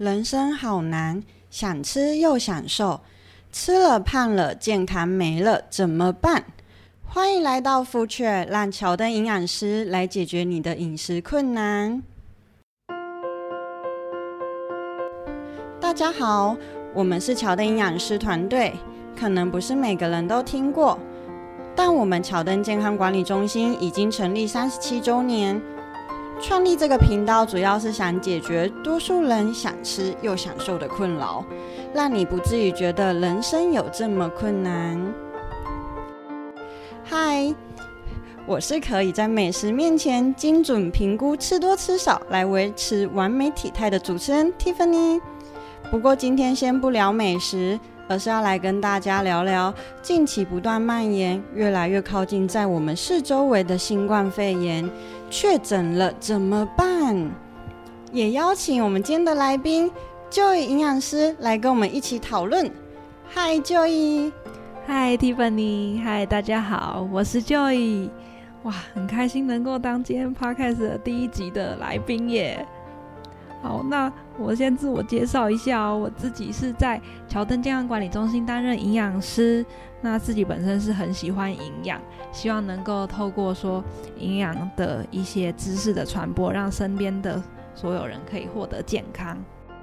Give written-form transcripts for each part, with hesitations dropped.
人生好难，想吃又享受，吃了胖了，健康没了，怎么办？欢迎来到福雀，让乔登营养师来解决你的饮食困难。大家好，我们是乔登营养师团队，可能不是每个人都听过，但我们乔登健康管理中心已经成立37周年。创立这个频道主要是想解决多数人想吃又享受的困扰，让你不至于觉得人生有这么困难。嗨，我是可以在美食面前精准评估吃多吃少来维持完美体态的主持人 Tiffany。 不过今天先不聊美食，而是要来跟大家聊聊近期不断蔓延越来越靠近在我们市周围的新冠肺炎，确诊了怎么办？也邀请我们今天的来宾 Joy 营养师来跟我们一起讨论。嗨 Joy。 嗨 Tiffany， 嗨大家好，我是 Joy。 哇，很开心能够当今天 Podcast 的第一集的来宾耶。好，那我先自我介绍一下哦，我自己是在乔登健康管理中心担任营养师，那自己本身是很喜欢营养，希望能够透过说营养的一些知识的传播，让身边的所有人可以获得健康。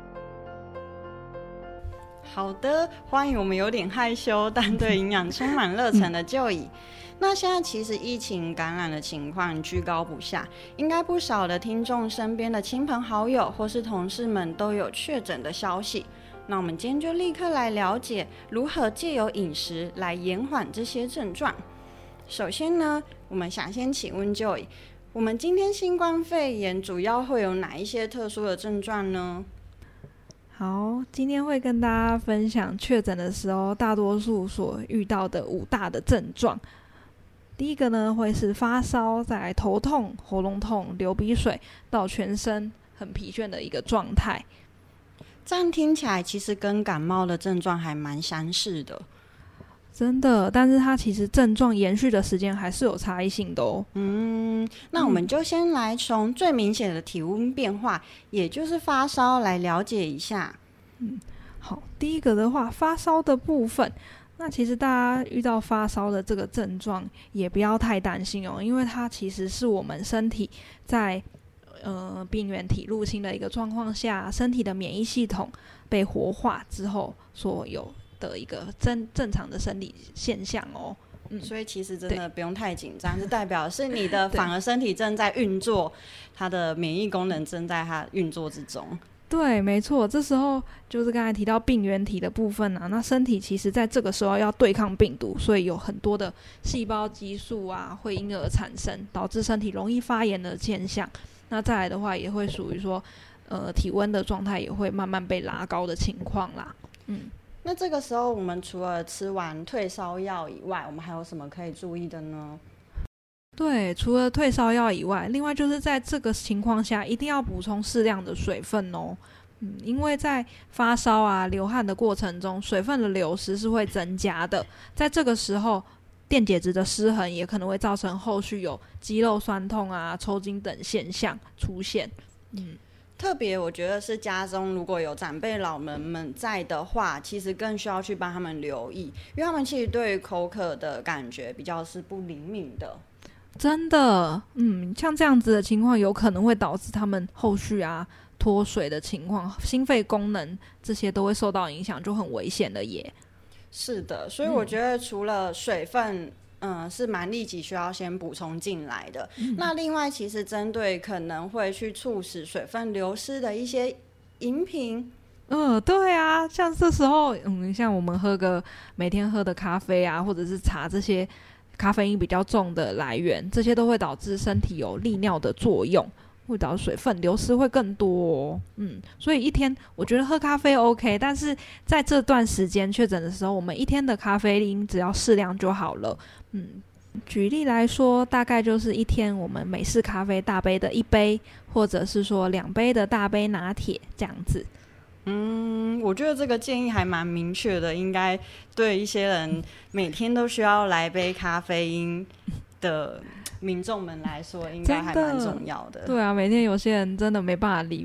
好的，欢迎我们有点害羞但对营养充满热忱的Joy。那现在其实疫情感染的情况居高不下，应该不少的听众身边的亲朋好友或是同事们都有确诊的消息。那我们今天就立刻来了解如何借由饮食来延缓这些症状。首先呢，我们想先请问Joy， 我们今天新冠肺炎主要会有哪一些特殊的症状呢？ 好，今天会跟大家分享确诊的时候大多数所遇到的5大的症状。第一个呢会是发烧，再来头痛、喉咙痛、流鼻水，到全身很疲倦的一个状态。 这样听起来其实跟感冒的症状还蛮相似的。 真的，但是它其实症状延续的时间还是有差异性的哦。 那我们就先来从最明显的体温变化，也就是发烧来了解一下。 好，第一个的话，发烧的部分，那其实大家遇到发烧的这个症状也不要太担心哦，因为它其实是我们身体在病原体入侵的一个状况下，身体的免疫系统被活化之后所有的一个正常的生理现象哦。 所以其实真的不用太紧张，是代表是你的反而身体正在运作，它的免疫功能正在它运作之中。 对，没错，这时候就是刚才提到病原体的部分啊，那身体其实在这个时候要对抗病毒，所以有很多的细胞激素啊会因而产生，导致身体容易发炎的现象。那再来的话也会属于说体温的状态也会慢慢被拉高的情况啦。 那这个时候我们除了吃完退烧药以外，我们还有什么可以注意的呢？ 对，除了退烧药以外，另外就是在这个情况下一定要补充适量的水分哦。因为在发烧啊流汗的过程中，水分的流失是会增加的，在这个时候电解质的失衡也可能会造成后续有肌肉酸痛啊、抽筋等现象出现。 特别我觉得是家中如果有长辈老人们在的话，其实更需要去帮他们留意，因为他们其实对于口渴的感觉比较是不灵敏的。 真的，像这样子的情况有可能会导致他们后续啊脱水的情况，心肺功能这些都会受到影响，就很危险了耶。 是的，所以我觉得除了水分是蛮立即需要先补充进来的。那另外其实针对可能会去促使水分流失的一些饮品， 对啊，像这时候像我们每天喝的咖啡啊或者是茶，这些咖啡因比较重的来源，这些都会导致身体有利尿的作用，会导致水分流失会更多哦。所以一天我觉得喝咖啡 OK， 但是在这段时间确诊的时候，我们一天的咖啡因只要适量就好了。举例来说，大概就是一天我们美式咖啡大杯的1杯，或者是说2杯的大杯拿铁这样子。 我觉得这个建议还蛮明确的，应该对一些人每天都需要来杯咖啡因的民众们来说，应该还蛮重要的。 对啊，每天有些人真的没办法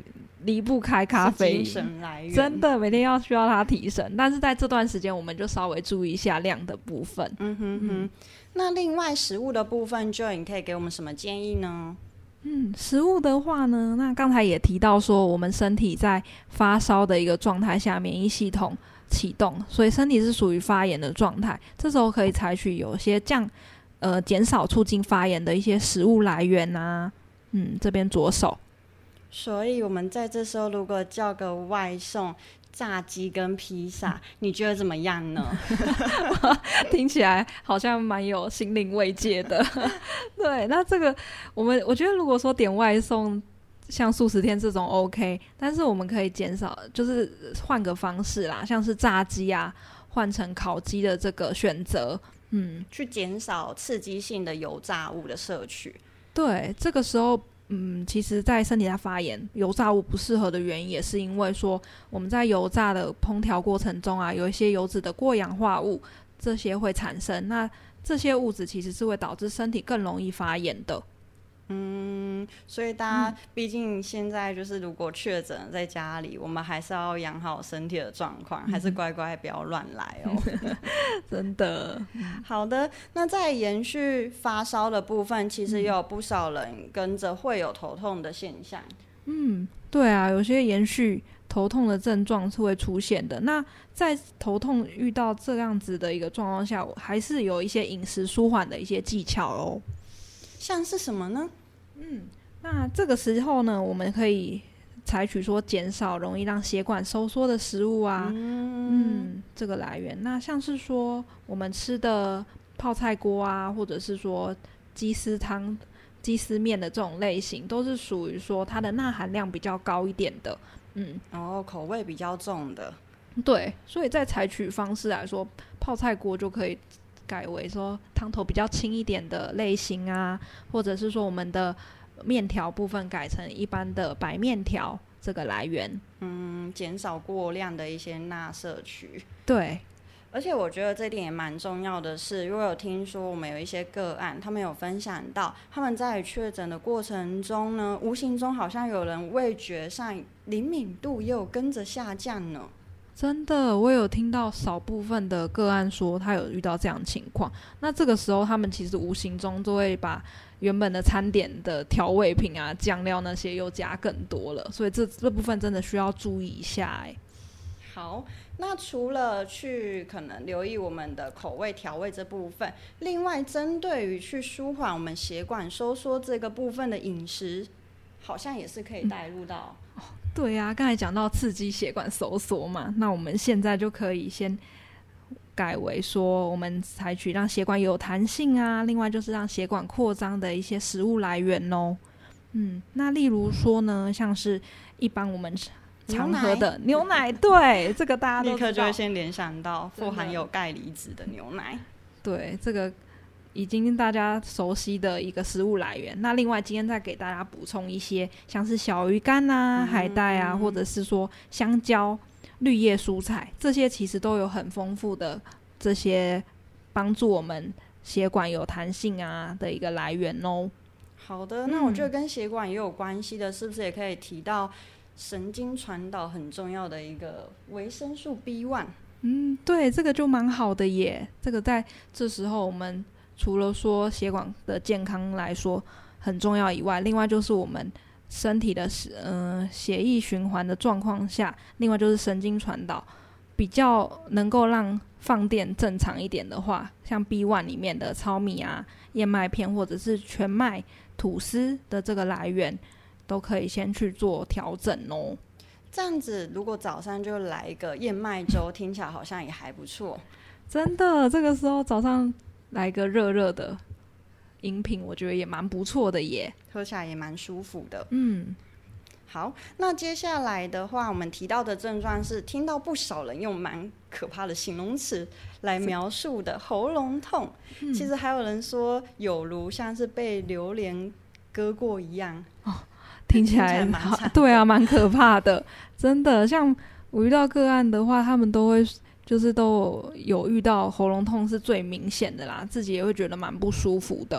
离不开咖啡因， 精神来源， 真的每天需要它提神。但是在这段时间，我们就稍微注意一下量的部分。 那另外食物的部分，Joy你可以给我们什么建议呢？ 食物的话呢，那刚才也提到说，我们身体在发烧的一个状态下，免疫系统启动，所以身体是属于发炎的状态。这时候可以采取有些减少促进发炎的一些食物来源啊，这边着手。 所以我们在这时候如果叫个外送，炸鸡跟披萨，你觉得怎么样呢？ 听起来好像蛮有心灵慰藉的。对，那这个我觉得如果说点外送，像素食店这种 OK， 但是我们可以减少，就是换个方式啦，像是炸鸡啊，换成烤鸡的这个选择， 去减少刺激性的油炸物的摄取。 对，这个时候其实在身体在发炎，油炸物不适合的原因也是因为说我们在油炸的烹调过程中啊，有一些油脂的过氧化物，这些会产生，那这些物质其实是会导致身体更容易发炎的。 所以大家毕竟现在就是如果确诊在家里，我们还是要养好身体的状况，还是乖乖不要乱来哦。 真的。 好的，那在延续发烧的部分，其实也有不少人跟着会有头痛的现象。 对啊，有些延续头痛的症状是会出现的。那在头痛遇到这样子的一个状况下，还是有一些饮食舒缓的一些技巧哦。 像是什么呢？ 那这个时候呢，我们可以采取说减少容易让血管收缩的食物啊，这个来源。那像是说我们吃的泡菜锅啊，或者是说鸡丝汤、鸡丝面的这种类型，都是属于说它的钠含量比较高一点的， 口味比较重的。 对，所以在采取方式来说，泡菜锅就可以改为说汤头比较轻一点的类型啊，或者是说我们的面条部分改成一般的白面条这个来源， 减少过量的一些钠摄取。 对， 而且我觉得这点也蛮重要的是，因为有听说我们有一些个案，他们有分享到他们在确诊的过程中呢，无形中好像有人味觉上灵敏度也有跟着下降呢。 真的，我有听到少部分的个案说他有遇到这样的情况。那这个时候他们其实无形中就会把原本的餐点的调味品啊、酱料那些又加更多了，所以这部分真的需要注意一下。 好，那除了去可能留意我们的口味调味这部分，另外针对于去舒缓我们血管收缩这个部分的饮食，好像也是可以带入到。 对啊，刚才讲到刺激血管收缩嘛，那我们现在就可以先改为说我们采取让血管有弹性啊，另外就是让血管扩张的一些食物来源哦。那例如说呢，像是一般我们常喝的牛奶，对，这个大家都知道， 立刻就会先联想到富含有钙离子的牛奶。 对，这个已经大家熟悉的一个食物来源。那另外今天再给大家补充一些，像是小鱼干啊、海带啊，或者是说香蕉、绿叶蔬菜，这些其实都有很丰富的这些帮助我们血管有弹性啊的一个来源哦。 好的，那我觉得跟血管也有关系的，是不是也可以提到神经传导很重要的一个维生素 B1？ 对，这个就蛮好的耶。这个在这时候我们除了说血管的健康来说很重要以外，另外就是我们身体的血液循环的状况下，另外就是神经传导比较能够让放电正常一点的话，像 B1 里面的糙米啊、燕麦片或者是全麦吐司的这个来源，都可以先去做调整哦。 这样子如果早上就来一个燕麦粥，听起来好像也还不错。 真的，这个时候早上来个热热的饮品，我觉得也蛮不错的耶， 喝起来也蛮舒服的。好，那接下来的话，我们提到的症状是听到不少人用蛮可怕的形容词来描述的喉咙痛。其实还有人说有如像是被榴莲割过一样。 听起来对啊，蛮可怕的。真的，像我遇到个案的话，他们都会就是都有遇到喉咙痛是最明显的啦，自己也会觉得蛮不舒服的。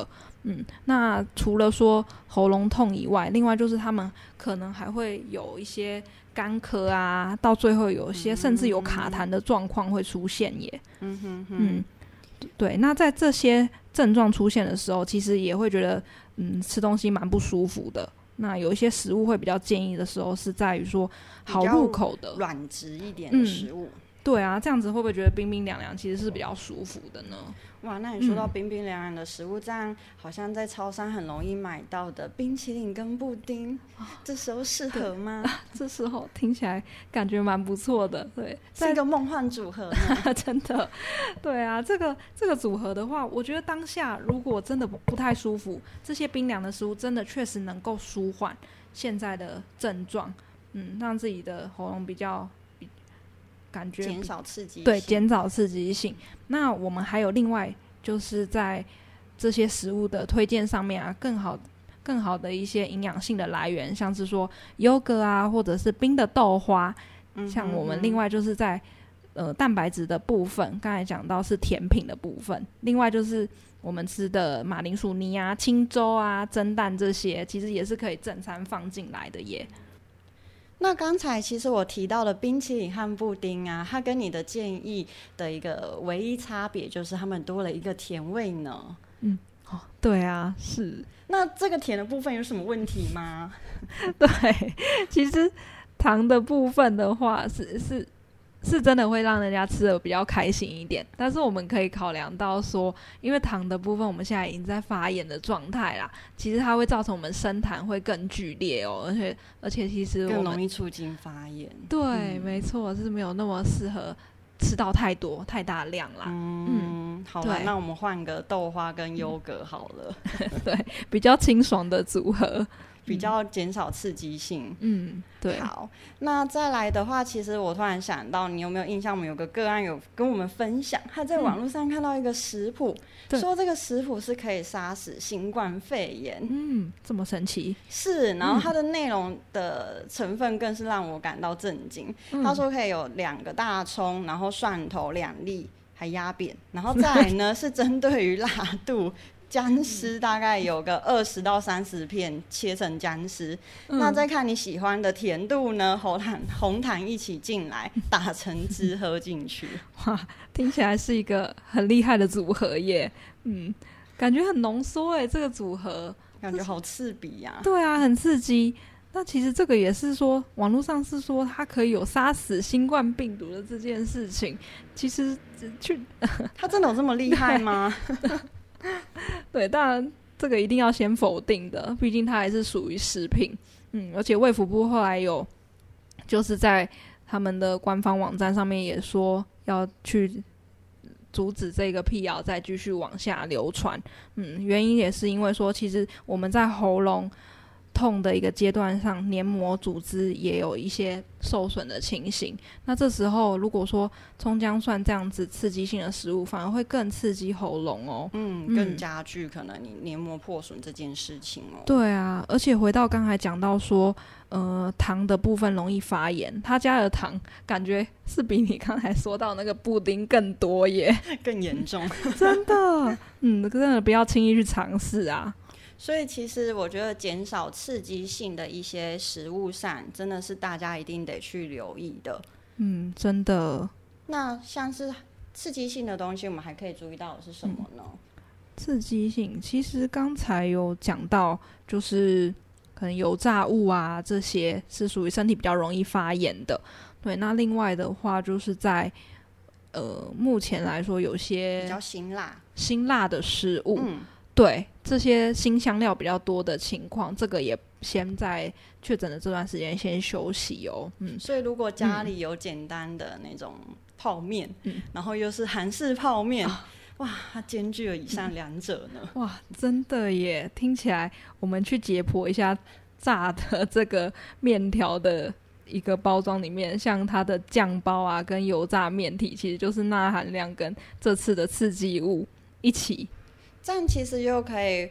那除了说喉咙痛以外，另外就是他们可能还会有一些干咳啊，到最后有些甚至有卡痰的状况会出现耶。对，那在这些症状出现的时候，其实也会觉得吃东西蛮不舒服的。那有一些食物会比较建议的时候是在于说好入口的软质一点的食物。 对啊，这样子会不会觉得冰冰凉凉其实是比较舒服的呢？ 哇，那你说到冰冰凉凉的食物，这样好像在超商很容易买到的冰淇淋跟布丁，这时候适合吗？ 这时候听起来感觉蛮不错的，对， 是一个梦幻组合呢。 真的，对啊，这个组合的话，我觉得当下如果真的不太舒服，这些冰凉的食物真的确实能够舒缓现在的症状，让自己的喉咙比较感觉减少刺激性， 对，减少刺激性。那我们还有另外就是在这些食物的推荐上面啊，更好的一些营养性的来源，像是说优格啊，或者是冰的豆花。像我们另外就是在蛋白质的部分，刚才讲到是甜品的部分，另外就是我们吃的马铃薯泥啊、清粥啊、蒸蛋这些，其实也是可以正餐放进来的耶。 那刚才其实我提到的冰淇淋和布丁啊，它跟你的建议的一个唯一差别就是它们多了一个甜味呢。 对啊，是。 那这个甜的部分有什么问题吗？ 对，其实糖的部分的话是真的会让人家吃的比较开心一点，但是我们可以考量到说，因为糖的部分我们现在已经在发炎的状态啦，其实它会造成我们生痰会更剧烈哦，而且其实我们更容易促进发炎。 对，没错，是没有那么适合吃到太大量啦。 好了，那我们换个豆花跟优格好了。 对，比较清爽的组合。 比较减少刺激性。 对。 好，那再来的话，其实我突然想到，你有没有印象？我们有个个案有跟我们分享，他在网络上看到一个食谱，说这个食谱是可以杀死新冠肺炎。 这么神奇？ 是，然后它的内容的成分更是让我感到震惊。他说可以有2个大葱，然后蒜头2粒，还压扁，然后再来呢是针对于辣度。姜丝大概有个20到30片切成姜丝，那再看你喜欢的甜度呢，红糖一起进来打成汁喝进去。 哇，听起来是一个很厉害的组合耶。感觉很浓缩耶，这个组合感觉好刺鼻呀。 对啊，很刺激。那其实这个也是说，网络上是说它可以有杀死新冠病毒的这件事情，其实它真的有这么厉害吗？ 对，当然这个一定要先否定的，毕竟它还是属于食品。而且卫福部后来有就是在他们的官方网站上面也说要去阻止这个辟谣再继续往下流传。原因也是因为说，其实我们在喉咙痛的一个阶段上，黏膜组织也有一些受损的情形。那这时候如果说葱姜蒜这样子刺激性的食物，反而会更刺激喉咙哦。 更加剧可能你黏膜破损这件事情哦。 对啊，而且回到刚才讲到说糖的部分容易发炎，他家的糖感觉是比你刚才说到那个布丁更多耶。 更严重。 真的真的不要轻易去尝试啊。 所以其实我觉得减少刺激性的一些食物上，真的是大家一定得去留意的。 真的。 那像是刺激性的东西，我们还可以注意到的是什么呢？ 刺激性其实刚才有讲到，就是可能油炸物啊，这些是属于身体比较容易发炎的。对，那另外的话就是在目前来说，有些比较辛辣的食物。对，这些辛香料比较多的情况，这个也先在确诊的这段时间先休息哦。 所以如果家里有简单的那种泡面，然后又是韩式泡面，哇，它兼具了以上2者呢。 哇，真的耶！听起来我们去解剖一下炸的这个面条的一个包装里面，像它的酱包啊跟油炸面体，其实就是钠含量跟这次的刺激物一起。 这样其实又可以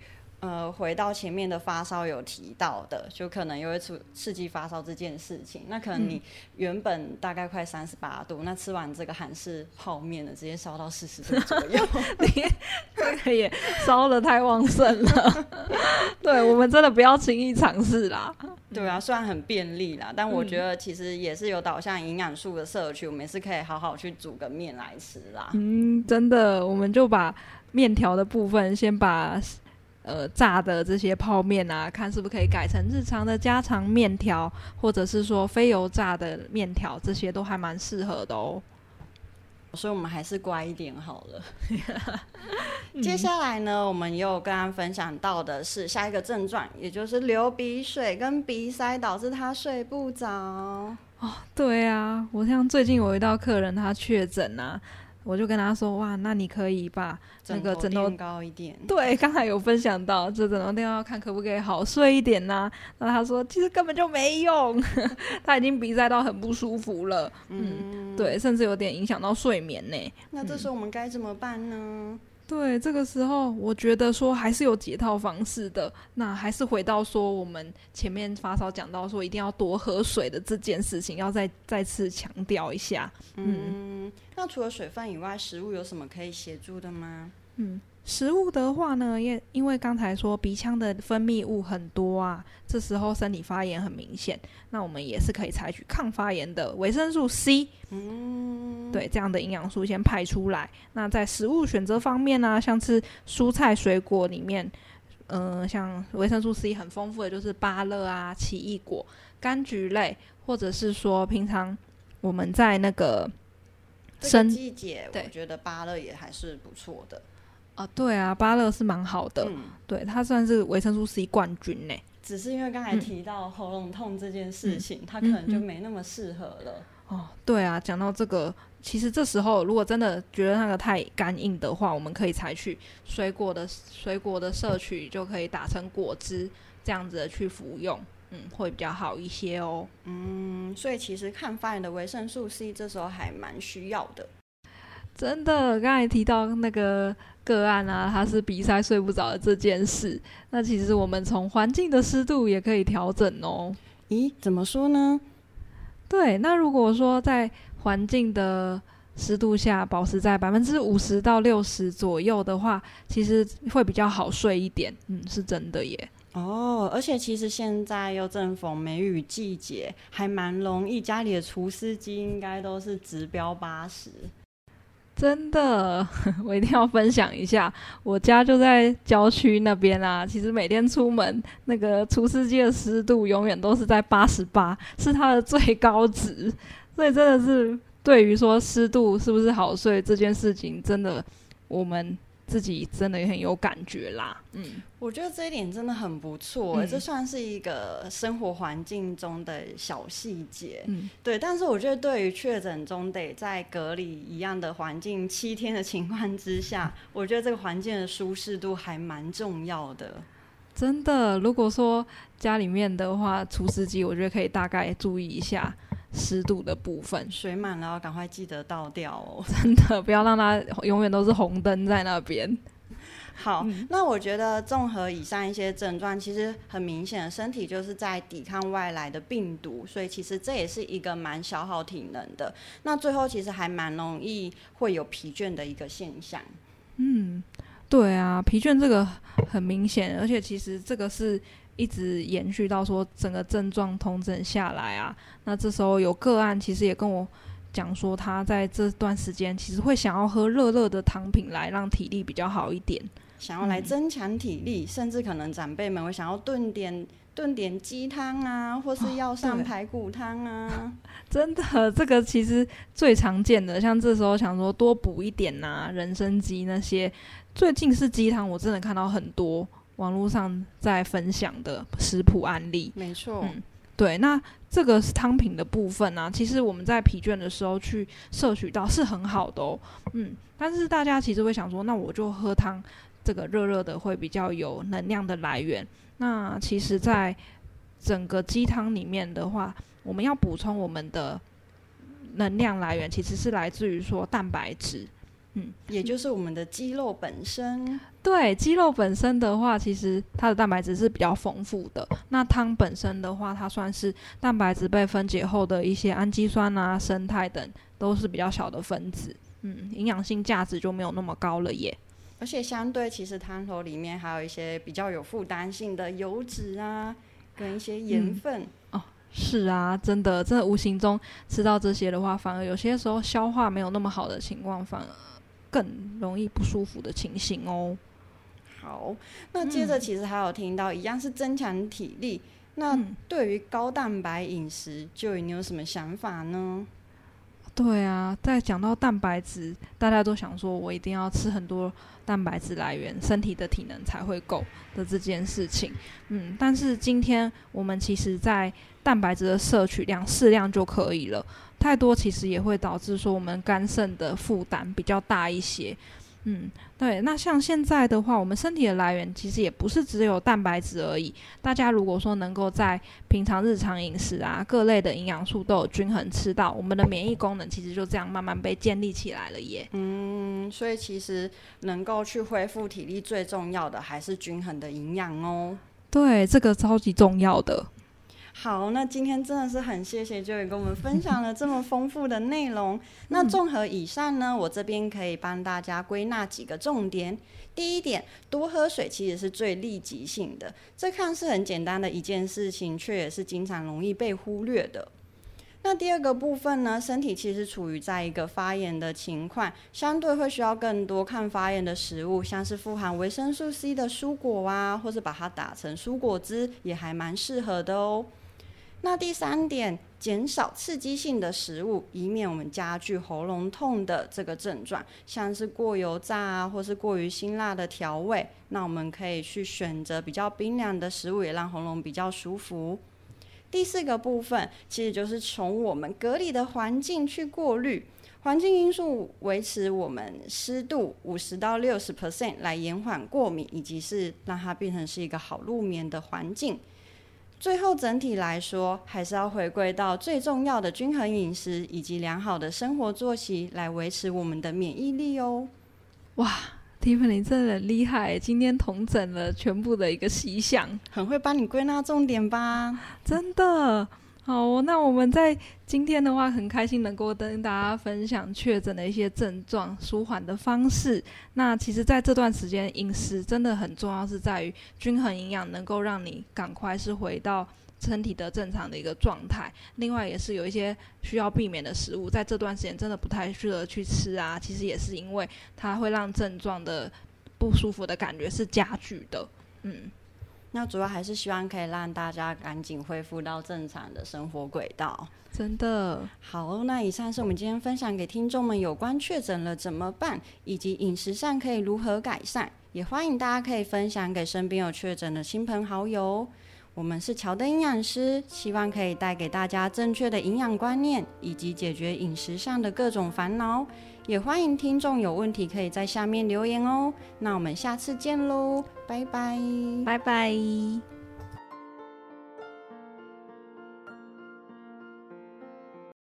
回到前面的发烧有提到的，就可能又会刺激发烧这件事情。那可能你原本大概快38度，那吃完这个韩式泡面呢，直接烧到40度左右， 你这个也烧得太旺盛了。对，我们真的不要轻易尝试啦。 对啊，虽然很便利啦，但我觉得其实也是有导向营养素的摄取，我们也是可以好好去煮个面来吃啦。 真的，我们就把面条的部分先把炸的这些泡面啊，看是不是可以改成日常的家常面条，或者是说非油炸的面条，这些都还蛮适合的哦。 所以我们还是乖一点好了。接下来呢，我们也有跟大家分享到的是下一个症状，也就是流鼻水跟鼻塞导致他睡不着。 对啊，我像最近有一道客人他确诊啊，我就跟他说，哇，那你可以把那个枕头垫高一点。 对，刚才有分享到这枕头垫要看可不可以好睡一点啊。那他说其实根本就没用，他已经鼻塞到很不舒服了。对，甚至有点影响到睡眠呢。 那这时候我们该怎么办呢？ 对，这个时候我觉得说还是有解套方式的。那还是回到说我们前面发烧讲到说一定要多喝水的这件事情，要再次强调一下。 那除了水分以外，食物有什么可以协助的吗？ 食物的话呢，因为刚才说鼻腔的分泌物很多啊，这时候身体发炎很明显，那我们也是可以采取抗发炎的维生素 C，对，这样的营养素先排出来。那在食物选择方面呢，像吃蔬菜水果里面，像维生素 C 很丰富的就是芭乐啊、奇异果、柑橘类，或者是说平常我们在那个这个季节，我觉得芭乐也还是不错的。 对啊，芭乐是蛮好的，对，它算是维生素 C 冠军呢。 只是因为刚才提到喉咙痛这件事情，它可能就没那么适合了。 对啊，讲到这个，其实这时候如果真的觉得那个太干硬的话，我们可以采取水果的摄取，就可以打成果汁，这样子的去服用，会比较好一些哦。 所以其实抗发炎的维生素 C 这时候还蛮需要的。 真的，刚才提到那个个案啊，他是鼻塞睡不着的这件事，那其实我们从环境的湿度也可以调整哦。 咦，怎么说呢？ 对，那如果说在环境的湿度下保持在50%到60%左右的话，其实会比较好睡一点。是真的耶。 而且其实现在又正逢梅雨季节，还蛮容易，家里的除湿机应该都是直标80。 真的，我一定要分享一下，我家就在郊区那边啊。其实每天出门，那个除湿机的湿度永远都是在88，是它的最高值。所以真的是对于说湿度是不是好睡这件事情，真的我们自己真的也很有感觉啦。 我觉得这一点真的很不错，这算是一个生活环境中的小细节。对，但是我觉得对于确诊中得在隔离一样的环境7天的情况之下，我觉得这个环境的舒适度还蛮重要的。 真的，如果说家里面的话，除湿机我觉得可以大概注意一下湿度的部分， 水满了要赶快记得倒掉哦。 真的不要让它永远都是红灯在那边。 好，那我觉得综合以上一些症状，其实很明显的身体就是在抵抗外来的病毒，所以其实这也是一个蛮消耗体能的。那最后其实还蛮容易会有疲倦的一个现象。 对啊，疲倦这个很明显，而且其实这个是一直延续到说整个症状统整下来啊。那这时候有个案其实也跟我讲说，他在这段时间其实会想要喝热热的汤品来让体力比较好一点， 想要来增强体力，甚至可能长辈们会想要炖点鸡汤啊，或是要上排骨汤啊。 真的，这个其实最常见的，像这时候想说多补一点啊，人参鸡那些。最近是鸡汤，我真的看到很多网络上在分享的食谱案例。 没错。 对，那这个汤品的部分啊，其实我们在疲倦的时候去摄取到是很好的哦。但是大家其实会想说，那我就喝汤，这个热热的会比较有能量的来源。那其实在整个鸡汤里面的话，我们要补充我们的能量来源，其实是来自于说蛋白质。 也就是我们的肌肉本身。 对，鸡肉本身的话，其实它的蛋白质是比较丰富的。那汤本身的话，它算是蛋白质被分解后的一些氨基酸啊、胜肽等，都是比较小的分子。营养性价值就没有那么高了耶。 而且相对，其实汤头里面还有一些比较有负担性的油脂啊，跟一些盐分。 是啊，真的无形中吃到这些的话，反而有些时候消化没有那么好的情况，反而更容易不舒服的情形哦。 好，那接着其实还有听到一样是增强体力，那对于高蛋白饮食，你有什么想法呢？ 对啊，在讲到蛋白质，大家都想说我一定要吃很多蛋白质来源，身体的体能才会够的这件事情。但是今天我们其实在蛋白质的摄取量适量就可以了，太多其实也会导致说我们肝肾的负担比较大一些。对，那像现在的话，我们身体的来源其实也不是只有蛋白质而已。大家如果说能够在平常日常饮食啊，各类的营养素都有均衡吃到，我们的免疫功能其实就这样慢慢被建立起来了耶。 所以其实能够去恢复体力，最重要的还是均衡的营养哦。 对，这个超级重要的。 好，那今天真的是很谢谢Joy跟我们分享了这么丰富的内容。那综合以上呢，我这边可以帮大家归纳几个重点。第一点，多喝水其实是最立即性的，这看似很简单的一件事情，却也是经常容易被忽略的。那第二个部分呢，身体其实处于在一个发炎的情况，相对会需要更多抗发炎的食物，像是富含维生素 C 的蔬果啊，或是把它打成蔬果汁，也还蛮适合的哦。那第三点，减少刺激性的食物，以免我们加剧喉咙痛的这个症状，像是过油炸啊，或是过于辛辣的调味，那我们可以去选择比较冰凉的食物，也让喉咙比较舒服。第四个部分，其实就是从我们隔离的环境去过滤，环境因素维持我们湿度50%到60%，来延缓过敏，以及是让它变成是一个好入眠的环境。最后整体来说，还是要回归到最重要的均衡饮食以及良好的生活作息，来维持我们的免疫力哦。 哇，Tiffany 真的很厉害，今天统整了全部的一个细项， 很会帮你归纳重点吧？ 真的。好，那我们在今天的话，很开心能够跟大家分享确诊的一些症状、舒缓的方式。那其实在这段时间，饮食真的很重要，是在于均衡营养，能够让你赶快是回到身体的正常的一个状态。另外也是有一些需要避免的食物，在这段时间真的不太适合去吃啊，其实也是因为它会让症状的不舒服的感觉是加剧的。 那主要还是希望可以让大家赶紧恢复到正常的生活轨道。 真的好，那以上是我们今天分享给听众们有关确诊了怎么办，以及饮食上可以如何改善，也欢迎大家可以分享给身边有确诊的亲朋好友。我们是乔登营养师，希望可以带给大家正确的营养观念，以及解决饮食上的各种烦恼。也欢迎听众有问题可以在下面留言哦。那我们下次见喽，拜拜， 拜拜。